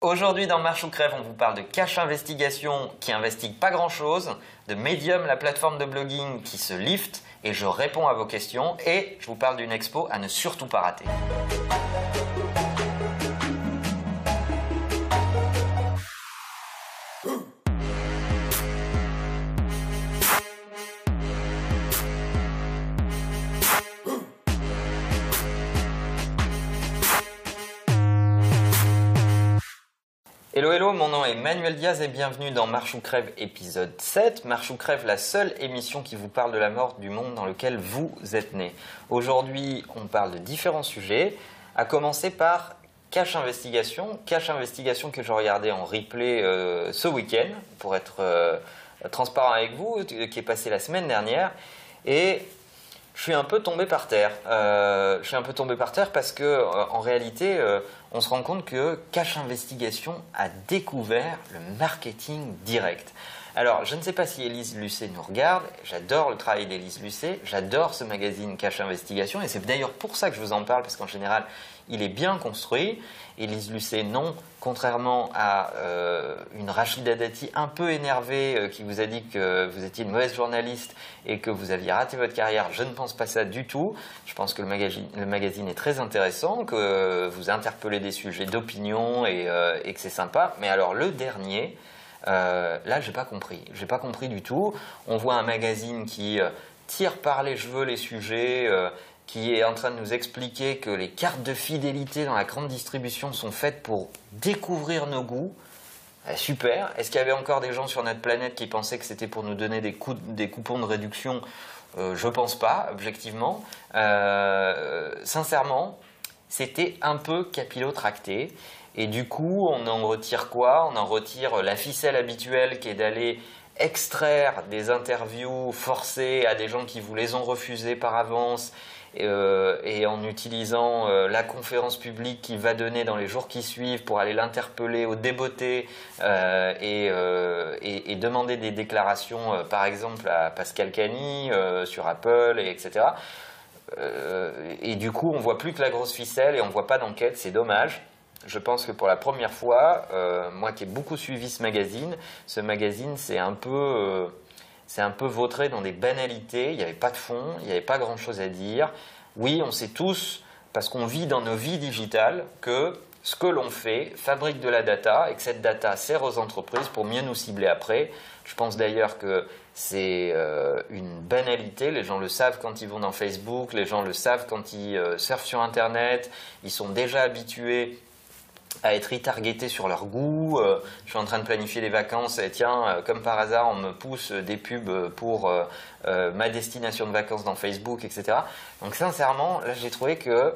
Aujourd'hui dans Marche ou Crève, on vous parle de Cache Investigation qui investigue pas grand chose, de Medium, la plateforme de blogging qui se lift et je réponds à vos questions et je vous parle d'une expo à ne surtout pas rater. Hello hello, mon nom est Manuel Diaz et bienvenue dans Marche ou Crève épisode 7. Marche ou Crève, la seule émission qui vous parle de la mort du monde dans lequel vous êtes né. Aujourd'hui, on parle de différents sujets, à commencer par Cache Investigation. Cache Investigation que je regardais en replay ce week-end, pour être transparent avec vous, qui est passé la semaine dernière. Et je suis un peu tombé par terre. Parce que en réalité, on se rend compte que Cache Investigation a découvert le marketing direct. Alors, je ne sais pas si Élise Lucet nous regarde. J'adore le travail d'Élise Lucet. J'adore ce magazine Cache Investigation. Et c'est d'ailleurs pour ça que je vous en parle, parce qu'en général, il est bien construit. Élise Lucet, non. Contrairement à une Rachida Dati un peu énervée qui vous a dit que vous étiez une mauvaise journaliste et que vous aviez raté votre carrière, je ne pense pas ça du tout. Je pense que le magazine est très intéressant, que vous interpellez des sujets d'opinion et que c'est sympa. Mais alors le dernier, là j'ai pas compris. J'ai pas compris du tout. On voit un magazine qui tire par les cheveux les sujets, qui est en train de nous expliquer que les cartes de fidélité dans la grande distribution sont faites pour découvrir nos goûts. Super. Est-ce qu'il y avait encore des gens sur notre planète qui pensaient que c'était pour nous donner des coupons de réduction? Je pense pas, objectivement. Sincèrement, c'était un peu capillotracté. Et du coup, on en retire quoi? On en retire la ficelle habituelle qui est d'aller extraire des interviews forcées à des gens qui vous les ont refusées par avance et en utilisant la conférence publique qu'il va donner dans les jours qui suivent pour aller l'interpeller au débeauté et demander des déclarations, par exemple à Pascal Cagny sur Apple, etc. Et du coup, on voit plus que la grosse ficelle et on voit pas d'enquête, c'est dommage. Je pense que pour la première fois, moi qui ai beaucoup suivi ce magazine c'est un peu vautré dans des banalités. Il n'y avait pas de fond, il n'y avait pas grand-chose à dire. Oui, on sait tous, parce qu'on vit dans nos vies digitales, que ce que l'on fait fabrique de la data et que cette data sert aux entreprises pour mieux nous cibler après. Je pense d'ailleurs que c'est une banalité. Les gens le savent quand ils vont dans Facebook, les gens le savent quand ils surfent sur Internet. Ils sont déjà habitués à être retargetés sur leur goût. Je suis en train de planifier des vacances et tiens, comme par hasard, on me pousse des pubs pour ma destination de vacances dans Facebook, etc. Donc sincèrement, là j'ai trouvé que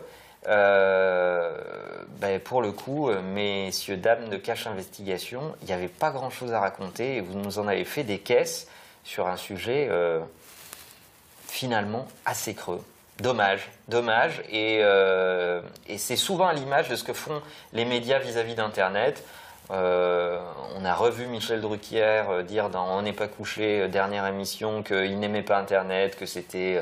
pour le coup, messieurs, dames de Cache Investigation, il n'y avait pas grand chose à raconter et vous nous en avez fait des caisses sur un sujet finalement assez creux. Dommage. Et c'est souvent à l'image de ce que font les médias vis-à-vis d'Internet. On a revu Michel Drucker dire dans On n'est pas couché, dernière émission, qu'il n'aimait pas Internet, que c'était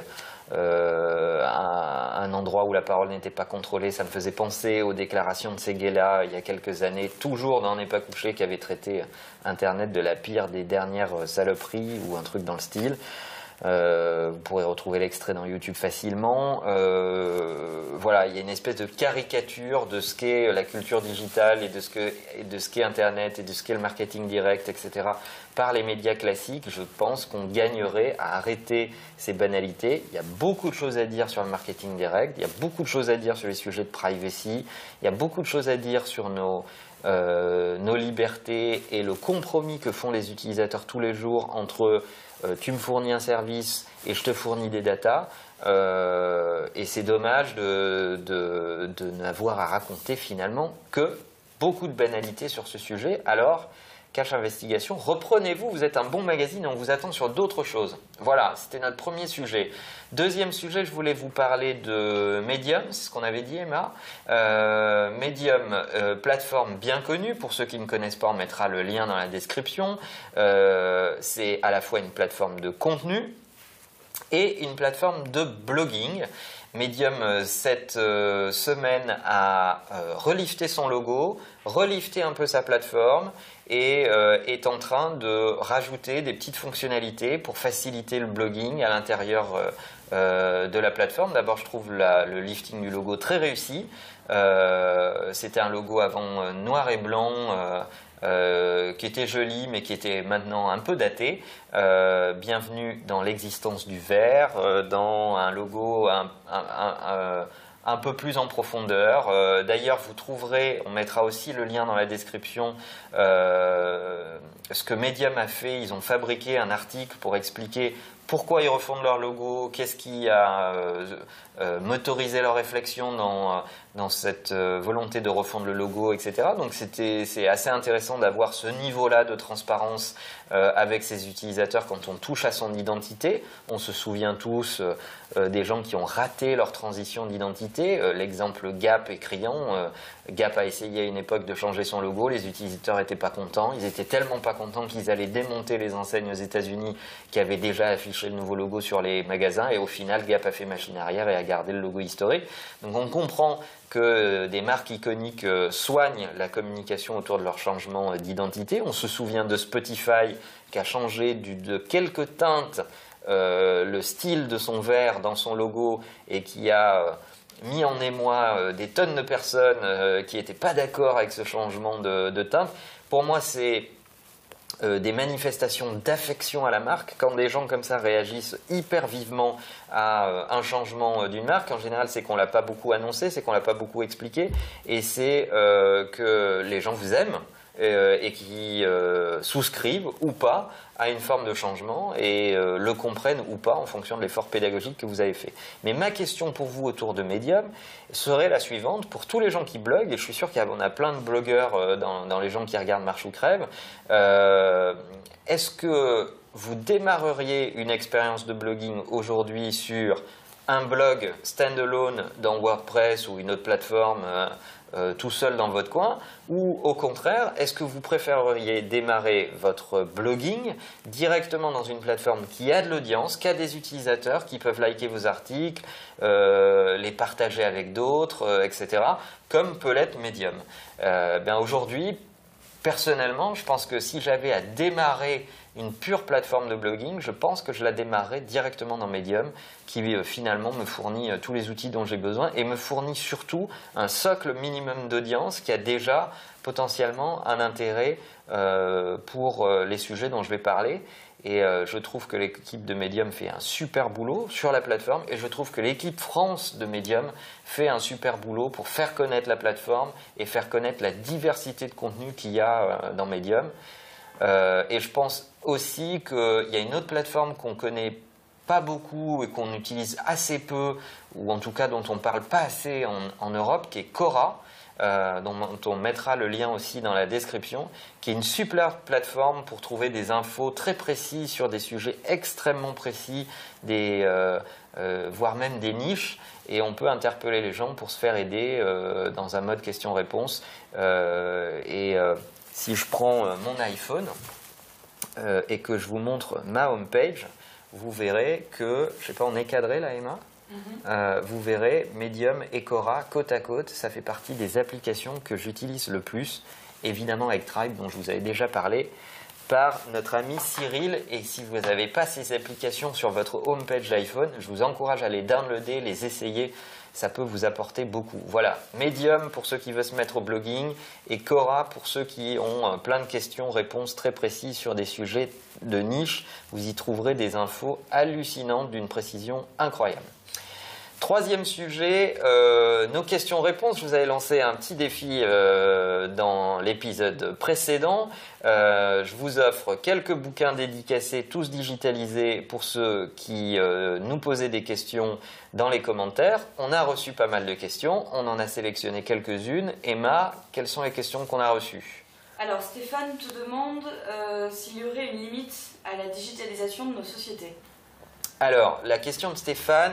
un endroit où la parole n'était pas contrôlée. Ça me faisait penser aux déclarations de Seguela il y a quelques années, toujours dans On n'est pas couché, qui avait traité Internet de la pire des dernières saloperies ou un truc dans le style. Vous pourrez retrouver l'extrait dans YouTube facilement. Voilà, il y a une espèce de caricature de ce qu'est la culture digitale et de ce qu'est Internet et de ce qu'est le marketing direct, etc. par les médias classiques. Je pense qu'on gagnerait à arrêter ces banalités. Il y a beaucoup de choses à dire sur le marketing direct, il y a beaucoup de choses à dire sur les sujets de privacy, il y a beaucoup de choses à dire sur nos libertés et le compromis que font les utilisateurs tous les jours entre tu me fournis un service et je te fournis des datas, et c'est dommage de n'avoir à raconter finalement que beaucoup de banalités sur ce sujet. Alors, Cache Investigation, reprenez-vous, vous êtes un bon magazine et on vous attend sur d'autres choses. Voilà, c'était notre premier sujet. Deuxième sujet, je voulais vous parler de Medium, c'est ce qu'on avait dit, Emma. Medium, plateforme bien connue, pour ceux qui ne connaissent pas, on mettra le lien dans la description. C'est à la fois une plateforme de contenu et une plateforme de blogging. Medium, cette semaine, a relifté son logo, relifté un peu sa plateforme et est en train de rajouter des petites fonctionnalités pour faciliter le blogging à l'intérieur de la plateforme. D'abord, je trouve le lifting du logo très réussi. C'était un logo avant noir et blanc, qui était joli mais qui était maintenant un peu daté. Bienvenue dans l'existence du vert, dans un logo un peu plus en profondeur. D'ailleurs, vous trouverez, on mettra aussi le lien dans la description, ce que Medium a fait. Ils ont fabriqué un article pour expliquer pourquoi ils refondent leur logo, qu'est-ce qui a motorisé leur réflexion dans cette volonté de refondre le logo, etc. Donc c'est assez intéressant d'avoir ce niveau-là de transparence avec ses utilisateurs quand on touche à son identité. On se souvient tous des gens qui ont raté leur transition d'identité. L'exemple Gap est criant. Gap a essayé à une époque de changer son logo. Les utilisateurs n'étaient pas contents. Ils étaient tellement pas contents qu'ils allaient démonter les enseignes aux États-Unis qui avaient déjà affiché le nouveau logo sur les magasins. Et au final, Gap a fait machine arrière et a gardé le logo historique. Donc on comprend que des marques iconiques soignent la communication autour de leur changement d'identité. On se souvient de Spotify qui a changé de quelques teintes le style de son vert dans son logo et qui a mis en émoi des tonnes de personnes qui n'étaient pas d'accord avec ce changement de teinte. Pour moi, c'est des manifestations d'affection à la marque. Quand des gens comme ça réagissent hyper vivement à un changement d'une marque, en général, c'est qu'on ne l'a pas beaucoup annoncé, c'est qu'on ne l'a pas beaucoup expliqué, et c'est que les gens vous aiment et qui souscrivent ou pas à une forme de changement et le comprennent ou pas en fonction de l'effort pédagogique que vous avez fait. Mais ma question pour vous autour de Medium serait la suivante. Pour tous les gens qui bloguent, et je suis sûr qu'on a plein de blogueurs dans les gens qui regardent Marche ou Crève, est-ce que vous démarreriez une expérience de blogging aujourd'hui sur un blog standalone dans WordPress ou une autre plateforme tout seul dans votre coin, ou au contraire, est-ce que vous préféreriez démarrer votre blogging directement dans une plateforme qui a de l'audience, qui a des utilisateurs, qui peuvent liker vos articles, les partager avec d'autres, etc., comme peut l'être Medium. Aujourd'hui, personnellement, je pense que si j'avais à démarrer une pure plateforme de blogging, je pense que je la démarrerais directement dans Medium, qui finalement me fournit tous les outils dont j'ai besoin et me fournit surtout un socle minimum d'audience qui a déjà potentiellement un intérêt pour les sujets dont je vais parler. Et je trouve que l'équipe de Medium fait un super boulot sur la plateforme et je trouve que l'équipe France de Medium fait un super boulot pour faire connaître la plateforme et faire connaître la diversité de contenu qu'il y a dans Medium. Et je pense aussi qu'il y a une autre plateforme qu'on connaît pas beaucoup et qu'on utilise assez peu, ou en tout cas dont on ne parle pas assez en Europe, qui est Quora, dont on mettra le lien aussi dans la description, qui est une super plateforme pour trouver des infos très précises sur des sujets extrêmement précis, voire même des niches, et on peut interpeller les gens pour se faire aider dans un mode question-réponse. Si je prends mon iPhone et que je vous montre ma homepage, vous verrez que, je ne sais pas, on est cadré là, Emma ? Vous verrez Medium et Quora côte à côte. Ça fait partie des applications que j'utilise le plus, évidemment avec Tribe, dont je vous avais déjà parlé, par notre ami Cyril. Et si vous n'avez pas ces applications sur votre homepage d'iPhone, je vous encourage à les downloader, les essayer. Ça peut vous apporter beaucoup. Voilà, Medium pour ceux qui veulent se mettre au blogging et Quora pour ceux qui ont plein de questions, réponses très précises sur des sujets de niche. Vous y trouverez des infos hallucinantes d'une précision incroyable. Troisième sujet, nos questions-réponses. Je vous avais lancé un petit défi dans l'épisode précédent. Je vous offre quelques bouquins dédicacés, tous digitalisés, pour ceux qui nous posaient des questions dans les commentaires. On a reçu pas mal de questions, on en a sélectionné quelques-unes. Emma, quelles sont les questions qu'on a reçues ? Alors Stéphane te demande s'il y aurait une limite à la digitalisation de nos sociétés. Alors, la question de Stéphane,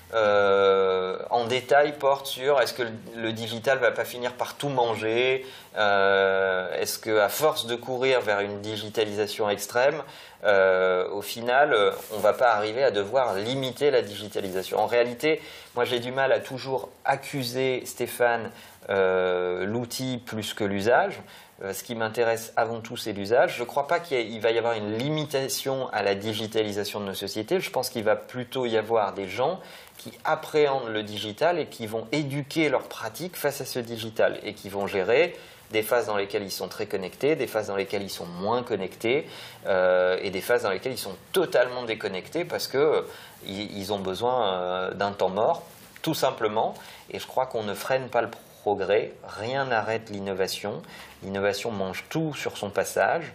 en détail porte sur est-ce que le digital va pas finir par tout manger, est-ce qu'à force de courir vers une digitalisation extrême, au final, on ne va pas arriver à devoir limiter la digitalisation. En réalité, moi j'ai du mal à toujours accuser, Stéphane, l'outil plus que l'usage. Ce qui m'intéresse avant tout, c'est l'usage. Je ne crois pas qu'il va y avoir une limitation à la digitalisation de nos sociétés. Je pense qu'il va plutôt y avoir des gens qui appréhendent le digital et qui vont éduquer leurs pratiques face à ce digital et qui vont gérer des phases dans lesquelles ils sont très connectés, des phases dans lesquelles ils sont moins connectés et des phases dans lesquelles ils sont totalement déconnectés parce qu'ils ont besoin d'un temps mort, tout simplement. Et je crois qu'on ne freine pas le progrès, rien n'arrête l'innovation. L'innovation mange tout sur son passage.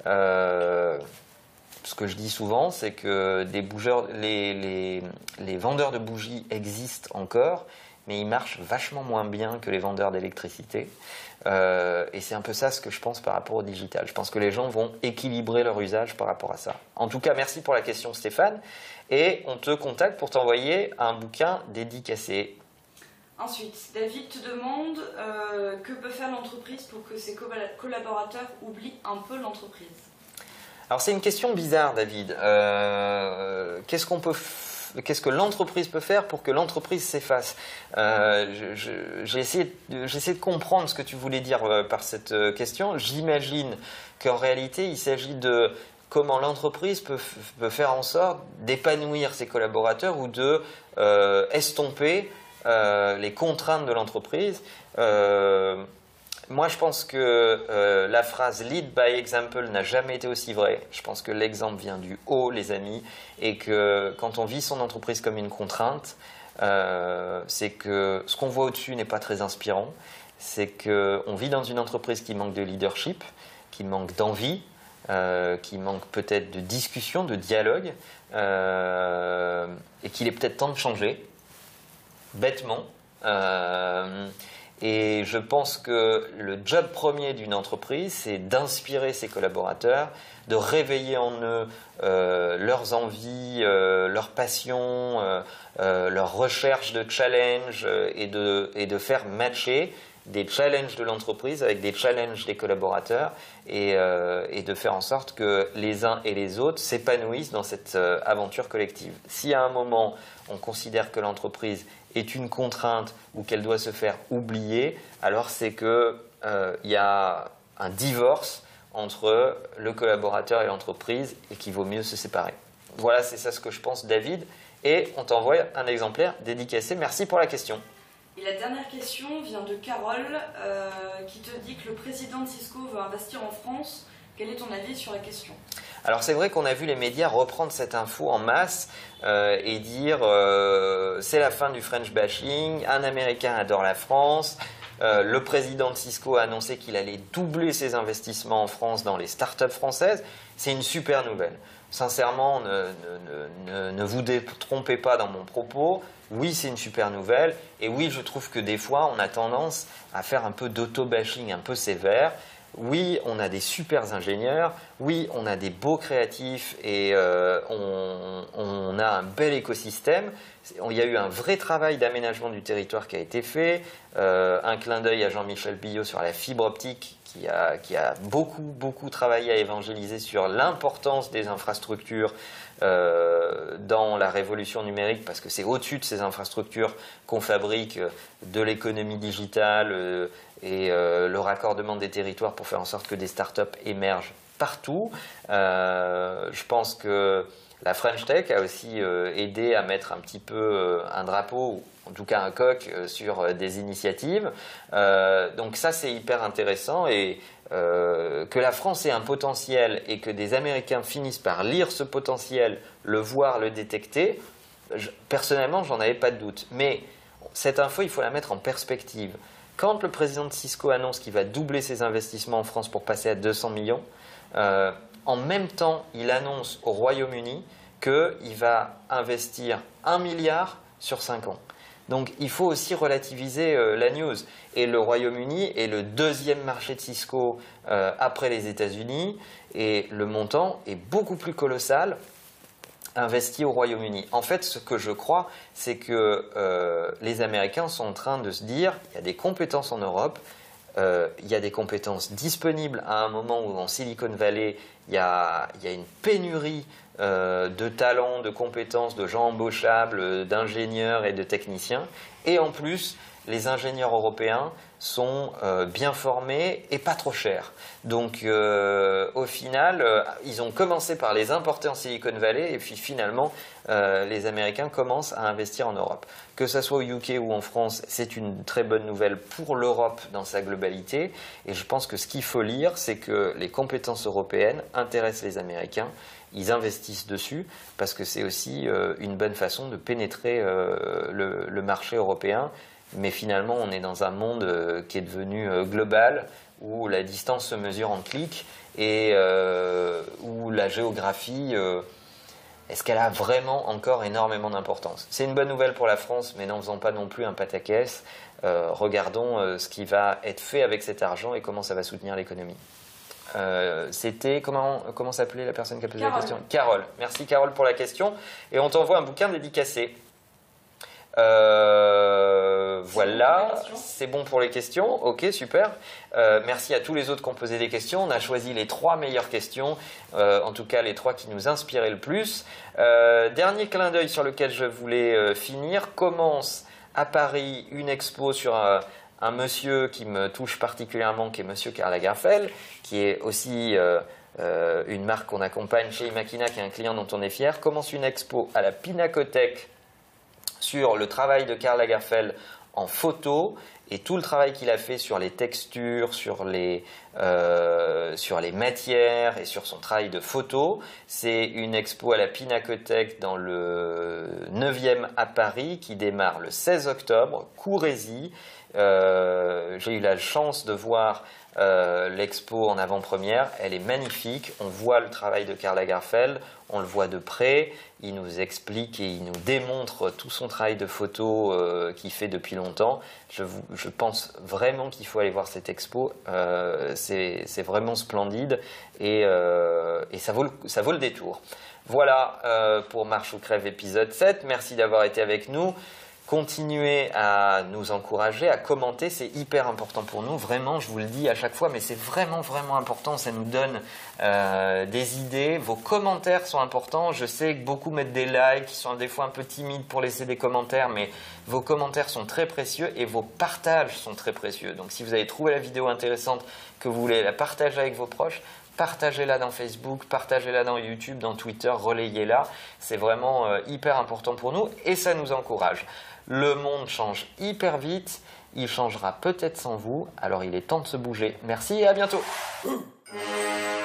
Ce que je dis souvent, c'est que les vendeurs de bougies existent encore, mais ils marchent vachement moins bien que les vendeurs d'électricité. Et c'est un peu ça ce que je pense par rapport au digital. Je pense que les gens vont équilibrer leur usage par rapport à ça. En tout cas, merci pour la question, Stéphane. Et on te contacte pour t'envoyer un bouquin dédicacé. Ensuite, David te demande que peut faire l'entreprise pour que ses collaborateurs oublient un peu l'entreprise. Alors c'est une question bizarre, David. Qu'est-ce que l'entreprise peut faire pour que l'entreprise s'efface? J'ai essayé de comprendre ce que tu voulais dire par cette question. J'imagine qu'en réalité, il s'agit de comment l'entreprise peut faire en sorte d'épanouir ses collaborateurs ou de estomper les contraintes de l'entreprise. Moi, je pense que la phrase « lead by example » n'a jamais été aussi vraie. Je pense que l'exemple vient du haut, les amis, et que quand on vit son entreprise comme une contrainte, c'est que ce qu'on voit au-dessus n'est pas très inspirant. C'est qu'on vit dans une entreprise qui manque de leadership, qui manque d'envie, qui manque peut-être de discussion, de dialogue, et qu'il est peut-être temps de changer, bêtement. Et je pense que le job premier d'une entreprise, c'est d'inspirer ses collaborateurs, de réveiller en eux leurs envies, leurs passions, leur recherche de challenge et de faire matcher des challenges de l'entreprise avec des challenges des collaborateurs et de faire en sorte que les uns et les autres s'épanouissent dans cette aventure collective. Si à un moment on considère que l'entreprise est une contrainte ou qu'elle doit se faire oublier, alors c'est qu'il y a un divorce entre le collaborateur et l'entreprise et qu'il vaut mieux se séparer. Voilà, c'est ça ce que je pense, David. Et on t'envoie un exemplaire dédicacé. Merci pour la question. Et la dernière question vient de Carole qui te dit que le président de Cisco veut investir en France. Quel est ton avis sur la question ? Alors c'est vrai qu'on a vu les médias reprendre cette info en masse et dire c'est la fin du French bashing, un Américain adore la France, le président de Cisco a annoncé qu'il allait doubler ses investissements en France dans les startups françaises. C'est une super nouvelle. Sincèrement, ne vous détrompez pas dans mon propos. Oui, c'est une super nouvelle. Et oui, je trouve que des fois, on a tendance à faire un peu d'auto-bashing un peu sévère. Oui, on a des super ingénieurs, oui, on a des beaux créatifs et on a un bel écosystème. Il y a eu un vrai travail d'aménagement du territoire qui a été fait, un clin d'œil à Jean-Michel Billot sur la fibre optique qui a beaucoup travaillé à évangéliser sur l'importance des infrastructures dans la révolution numérique, parce que c'est au-dessus de ces infrastructures qu'on fabrique de l'économie digitale et le raccordement des territoires pour faire en sorte que des startups émergent partout. Je pense que la French Tech a aussi aidé à mettre un petit peu un drapeau, ou en tout cas un coq, sur des initiatives. Donc ça, c'est hyper intéressant. Et que la France ait un potentiel et que des Américains finissent par lire ce potentiel, le voir, le détecter, personnellement, j'en avais pas de doute. Mais cette info, il faut la mettre en perspective. Quand le président de Cisco annonce qu'il va doubler ses investissements en France pour passer à 200 millions, en même temps, il annonce au Royaume-Uni qu'il va investir 1 milliard sur 5 ans. Donc il faut aussi relativiser la news. Et le Royaume-Uni est le deuxième marché de Cisco après les États-Unis et le montant est beaucoup plus colossal investi au Royaume-Uni. En fait, ce que je crois, c'est que les Américains sont en train de se dire, il y a des compétences en Europe, il y a des compétences disponibles à un moment où en Silicon Valley, il y a une pénurie de talents, de compétences, de gens embauchables, d'ingénieurs et de techniciens. Et en plus, les ingénieurs européens sont bien formés et pas trop chers. Donc au final, ils ont commencé par les importer en Silicon Valley et puis finalement, les Américains commencent à investir en Europe. Que ce soit au UK ou en France, c'est une très bonne nouvelle pour l'Europe dans sa globalité. Et je pense que ce qu'il faut lire, c'est que les compétences européennes intéressent les Américains. Ils investissent dessus parce que c'est aussi une bonne façon de pénétrer le marché européen. Mais finalement, on est dans un monde qui est devenu global, où la distance se mesure en clics et où la géographie, est-ce qu'elle a vraiment encore énormément d'importance? C'est une bonne nouvelle pour la France, mais n'en faisons pas non plus un pataquès. Regardons ce qui va être fait avec cet argent et comment ça va soutenir l'économie. C'était, comment s'appelait la personne qui a posé la question? Carole. Merci Carole pour la question. Et on t'envoie un bouquin dédicacé. Voilà, c'est bon pour les questions. Ok, super. Merci à tous les autres qui ont posé des questions. On a choisi les 3 meilleures questions, en tout cas les 3 qui nous inspiraient le plus. Dernier clin d'œil sur lequel je voulais finir. Commence à Paris une expo sur un monsieur qui me touche particulièrement, qui est monsieur Karl Lagerfeld, qui est aussi une marque qu'on accompagne chez Imakina, qui est un client dont on est fier. Commence une expo à la Pinacothèque sur le travail de Karl Lagerfeld en photo et tout le travail qu'il a fait sur les textures, sur les matières et sur son travail de photo. C'est une expo à la Pinacothèque dans le 9e à Paris qui démarre le 16 octobre. Courez-y. J'ai eu la chance de voir l'expo en avant-première. Elle est magnifique. On voit le travail de Karl Lagerfeld. On le voit de près, il nous explique et il nous démontre tout son travail de photo qu'il fait depuis longtemps. Je pense vraiment qu'il faut aller voir cette expo, c'est vraiment splendide et ça vaut le détour. Voilà pour Marche ou Crève épisode 7, merci d'avoir été avec nous. Continuez à nous encourager, à commenter, c'est hyper important pour nous, vraiment, je vous le dis à chaque fois, mais c'est vraiment, vraiment important, ça nous donne des idées, vos commentaires sont importants, je sais que beaucoup mettent des likes, ils sont des fois un peu timides pour laisser des commentaires, mais vos commentaires sont très précieux et vos partages sont très précieux, donc si vous avez trouvé la vidéo intéressante, que vous voulez la partager avec vos proches, partagez-la dans Facebook, partagez-la dans YouTube, dans Twitter, relayez-la, c'est vraiment hyper important pour nous et ça nous encourage. Le monde change hyper vite, il changera peut-être sans vous, alors il est temps de se bouger. Merci et à bientôt.